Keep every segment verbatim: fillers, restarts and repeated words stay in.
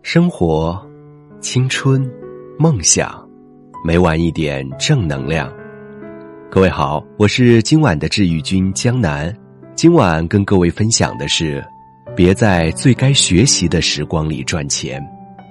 生活、青春、梦想，每晚一点正能量。各位好，我是今晚的治愈君江南。今晚跟各位分享的是，别在最该学习的时光里赚钱。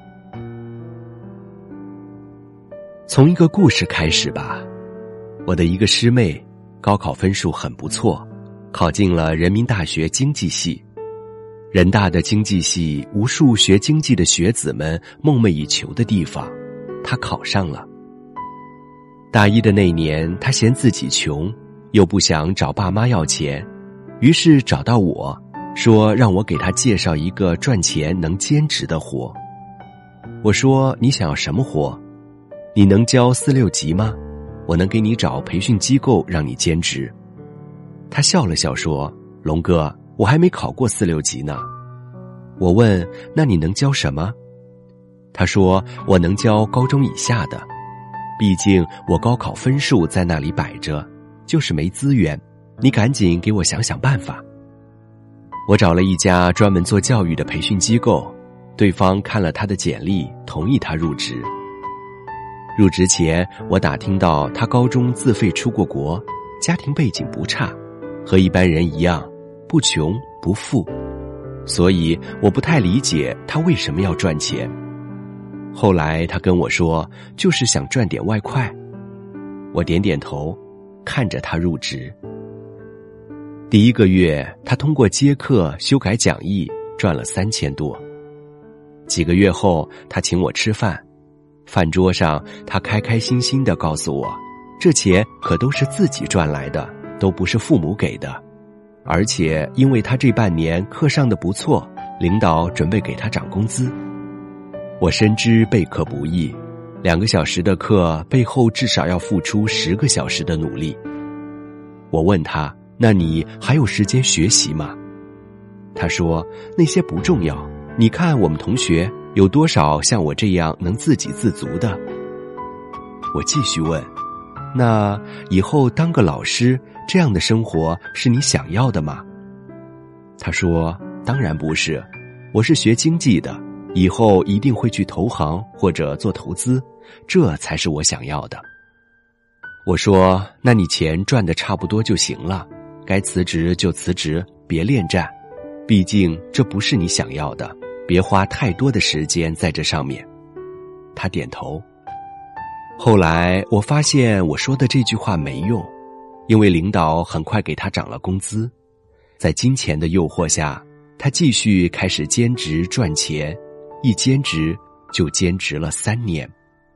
从一个故事开始吧。我的一个师妹，高考分数很不错，考进了人民大学经济系。人大的经济系，无数学经济的学子们梦寐以求的地方，她考上了。大一的那年，她嫌自己穷，又不想找爸妈要钱，于是找到我，说让我给她介绍一个赚钱能兼职的活。我说，你想要什么活？你能教四六级吗？我能给你找培训机构让你兼职。他笑了笑说，龙哥，我还没考过四六级呢。我问，那你能教什么？他说，我能教高中以下的，毕竟我高考分数在那里摆着，就是没资源，你赶紧给我想想办法。我找了一家专门做教育的培训机构，对方看了他的简历，同意他入职。入职前，我打听到他高中自费出过国，家庭背景不差，和一般人一样，不穷不富，所以我不太理解他为什么要赚钱。后来他跟我说，就是想赚点外快。我点点头，看着他入职。第一个月，他通过接课、修改讲义赚了三千多。几个月后，他请我吃饭。饭桌上，他开开心心地告诉我，这钱可都是自己赚来的，都不是父母给的。而且因为他这半年课上的不错，领导准备给他涨工资。我深知备课不易，两个小时的课背后至少要付出十个小时的努力。我问他，那你还有时间学习吗？他说，那些不重要，你看我们同学有多少像我这样能自给自足的？我继续问，那以后当个老师，这样的生活是你想要的吗？他说，当然不是，我是学经济的，以后一定会去投行或者做投资，这才是我想要的。我说，那你钱赚得差不多就行了，该辞职就辞职，别恋战，毕竟这不是你想要的，别花太多的时间在这上面。他点头。后来我发现我说的这句话没用，因为领导很快给他涨了工资。在金钱的诱惑下，他继续开始兼职赚钱，一兼职就兼职了三年。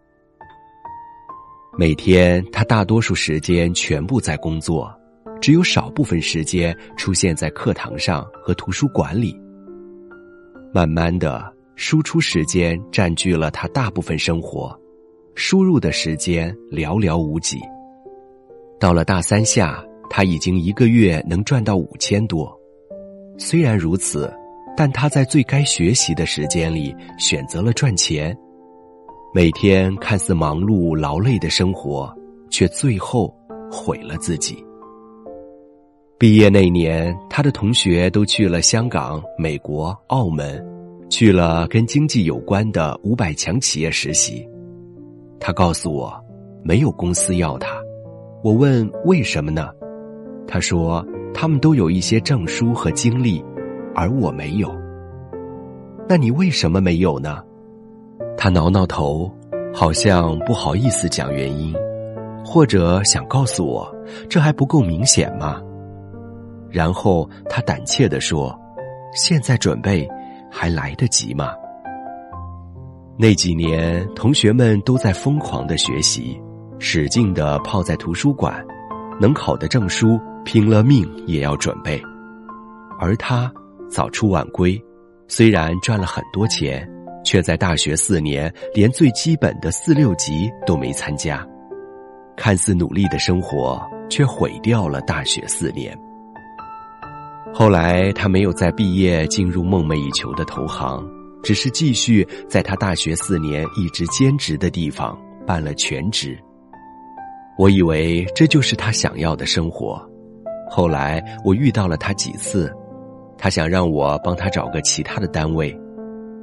每天他大多数时间全部在工作，只有少部分时间出现在课堂上和图书馆里。慢慢的，输出时间占据了他大部分生活，输入的时间寥寥无几。到了大三下，他已经一个月能赚到五千多。虽然如此，但他在最该学习的时间里选择了赚钱。每天看似忙碌劳累的生活，却最后毁了自己。毕业那年，他的同学都去了香港、美国、澳门，去了跟经济有关的五百强企业实习。他告诉我，没有公司要他。我问为什么呢？他说，他们都有一些证书和经历，而我没有。那你为什么没有呢？他挠挠头，好像不好意思讲原因，或者想告诉我，这还不够明显吗？然后他胆怯地说，现在准备还来得及吗？那几年，同学们都在疯狂地学习，使劲地泡在图书馆，能考的证书拼了命也要准备。而他早出晚归，虽然赚了很多钱，却在大学四年连最基本的四六级都没参加。看似努力的生活，却毁掉了大学四年。后来他没有在毕业进入梦寐以求的投行，只是继续在他大学四年一直兼职的地方办了全职。我以为这就是他想要的生活。后来我遇到了他几次，他想让我帮他找个其他的单位，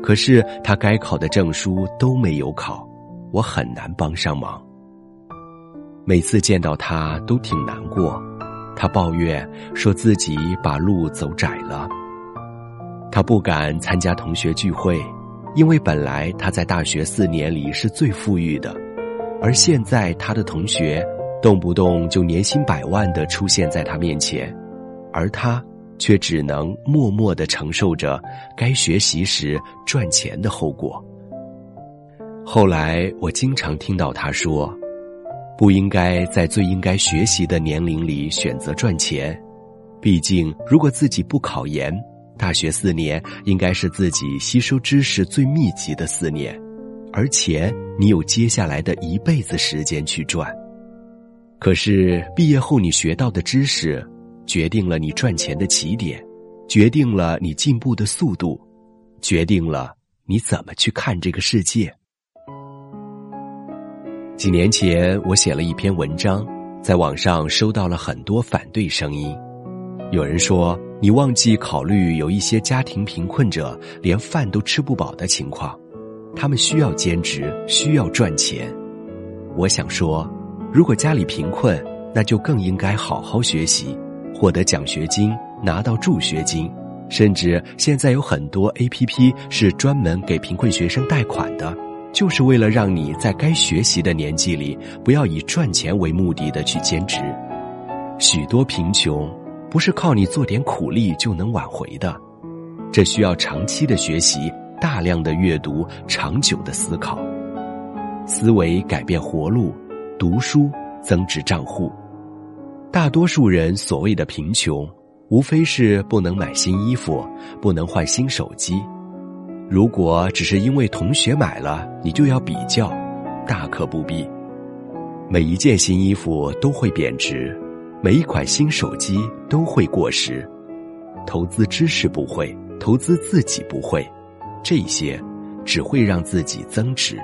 可是他该考的证书都没有考，我很难帮上忙。每次见到他都挺难过，他抱怨说自己把路走窄了。他不敢参加同学聚会，因为本来他在大学四年里是最富裕的，而现在他的同学动不动就年薪百万地出现在他面前，而他却只能默默地承受着该学习时赚钱的后果。后来我经常听到他说，不应该在最应该学习的年龄里选择赚钱，毕竟如果自己不考研，大学四年应该是自己吸收知识最密集的四年，而钱你有接下来的一辈子时间去赚。可是毕业后你学到的知识决定了你赚钱的起点，决定了你进步的速度，决定了你怎么去看这个世界。几年前我写了一篇文章，在网上收到了很多反对声音。有人说，你忘记考虑有一些家庭贫困者连饭都吃不饱的情况，他们需要兼职，需要赚钱。我想说，如果家里贫困，那就更应该好好学习，获得奖学金，拿到助学金，甚至现在有很多 A P P 是专门给贫困学生贷款的，就是为了让你在该学习的年纪里，不要以赚钱为目的的去兼职。许多贫穷不是靠你做点苦力就能挽回的，这需要长期的学习，大量的阅读，长久的思考。思维改变活路，读书增值账户。大多数人所谓的贫穷，无非是不能买新衣服，不能换新手机。如果只是因为同学买了，你就要比较，大可不必。每一件新衣服都会贬值，每一款新手机都会过时。投资知识不会，投资自己不会，这些只会让自己增值。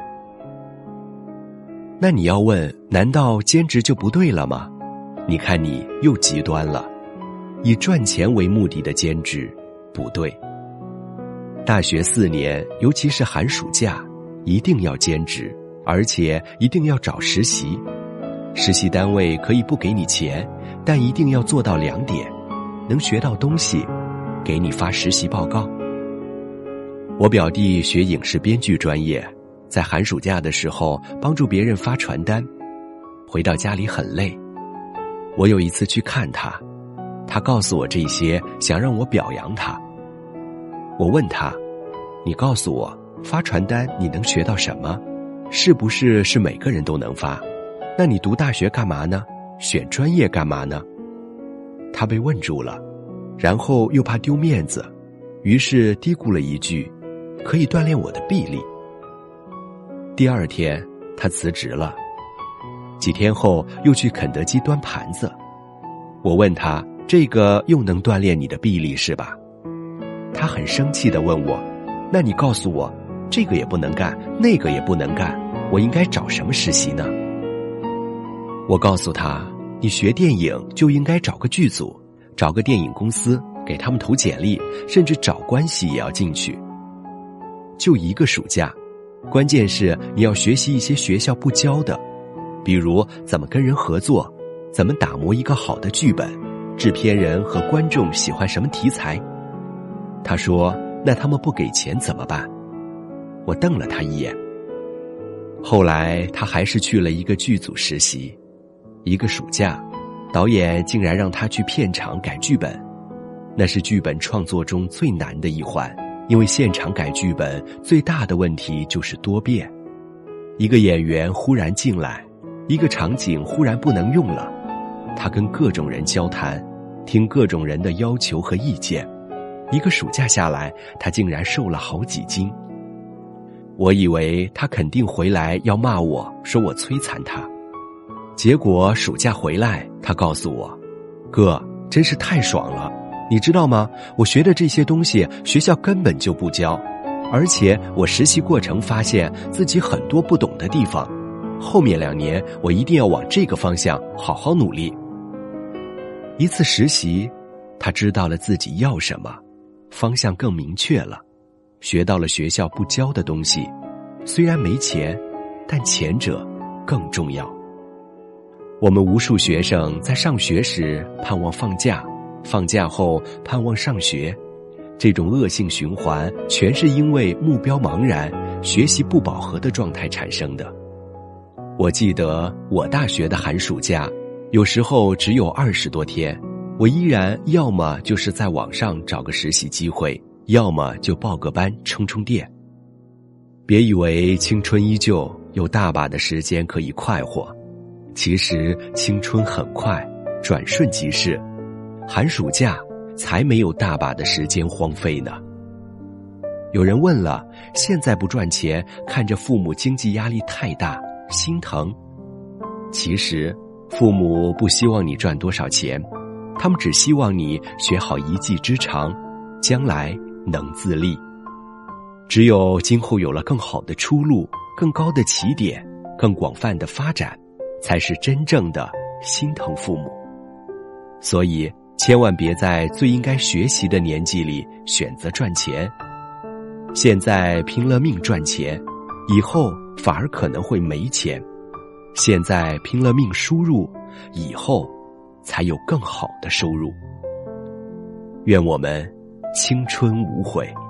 那你要问，难道兼职就不对了吗？你看你又极端了，以赚钱为目的的兼职不对。大学四年，尤其是寒暑假，一定要兼职，而且一定要找实习。实习单位可以不给你钱，但一定要做到两点：能学到东西，给你发实习报告。我表弟学影视编剧专业，在寒暑假的时候帮助别人发传单，回到家里很累。我有一次去看他，他告诉我这些，想让我表扬他。我问他，你告诉我，发传单你能学到什么？是不是是每个人都能发？那你读大学干嘛呢？选专业干嘛呢？他被问住了，然后又怕丢面子，于是嘀咕了一句，可以锻炼我的臂力。第二天他辞职了，几天后又去肯德基端盘子。我问他，这个又能锻炼你的臂力是吧？他很生气地问我，那你告诉我，这个也不能干，那个也不能干，我应该找什么实习呢？我告诉他，你学电影就应该找个剧组，找个电影公司，给他们投简历，甚至找关系也要进去。就一个暑假，关键是你要学习一些学校不教的，比如怎么跟人合作，怎么打磨一个好的剧本，制片人和观众喜欢什么题材。他说，那他们不给钱怎么办？我瞪了他一眼。后来他还是去了一个剧组实习，一个暑假，导演竟然让他去片场改剧本。那是剧本创作中最难的一环，因为现场改剧本最大的问题就是多变。一个演员忽然进来，一个场景忽然不能用了，他跟各种人交谈，听各种人的要求和意见。一个暑假下来，他竟然瘦了好几斤。我以为他肯定回来要骂我，说我摧残他。结果暑假回来，他告诉我，哥，真是太爽了，你知道吗？我学的这些东西学校根本就不教，而且我实习过程发现自己很多不懂的地方，后面两年我一定要往这个方向好好努力。一次实习，他知道了自己要什么，方向更明确了。 学到了学校不教的东西，虽然没钱，但前者更重要。我们无数学生在上学时盼望放假，放假后盼望上学，这种恶性循环全是因为目标茫然、学习不饱和的状态产生的。我记得我大学的寒暑假，有时候只有二十多天，我依然要么就是在网上找个实习机会，要么就报个班充充电。别以为青春依旧，有大把的时间可以快活，其实青春很快，转瞬即逝，寒暑假才没有大把的时间荒废呢。有人问了，现在不赚钱，看着父母经济压力太大，心疼。其实父母不希望你赚多少钱，他们只希望你学好一技之长，将来能自立。只有今后有了更好的出路，更高的起点，更广泛的发展，才是真正的心疼父母。所以千万别在最应该学习的年纪里选择赚钱，现在拼了命赚钱，以后反而可能会没钱。现在拼了命输入，以后才有更好的收入。愿我们青春无悔。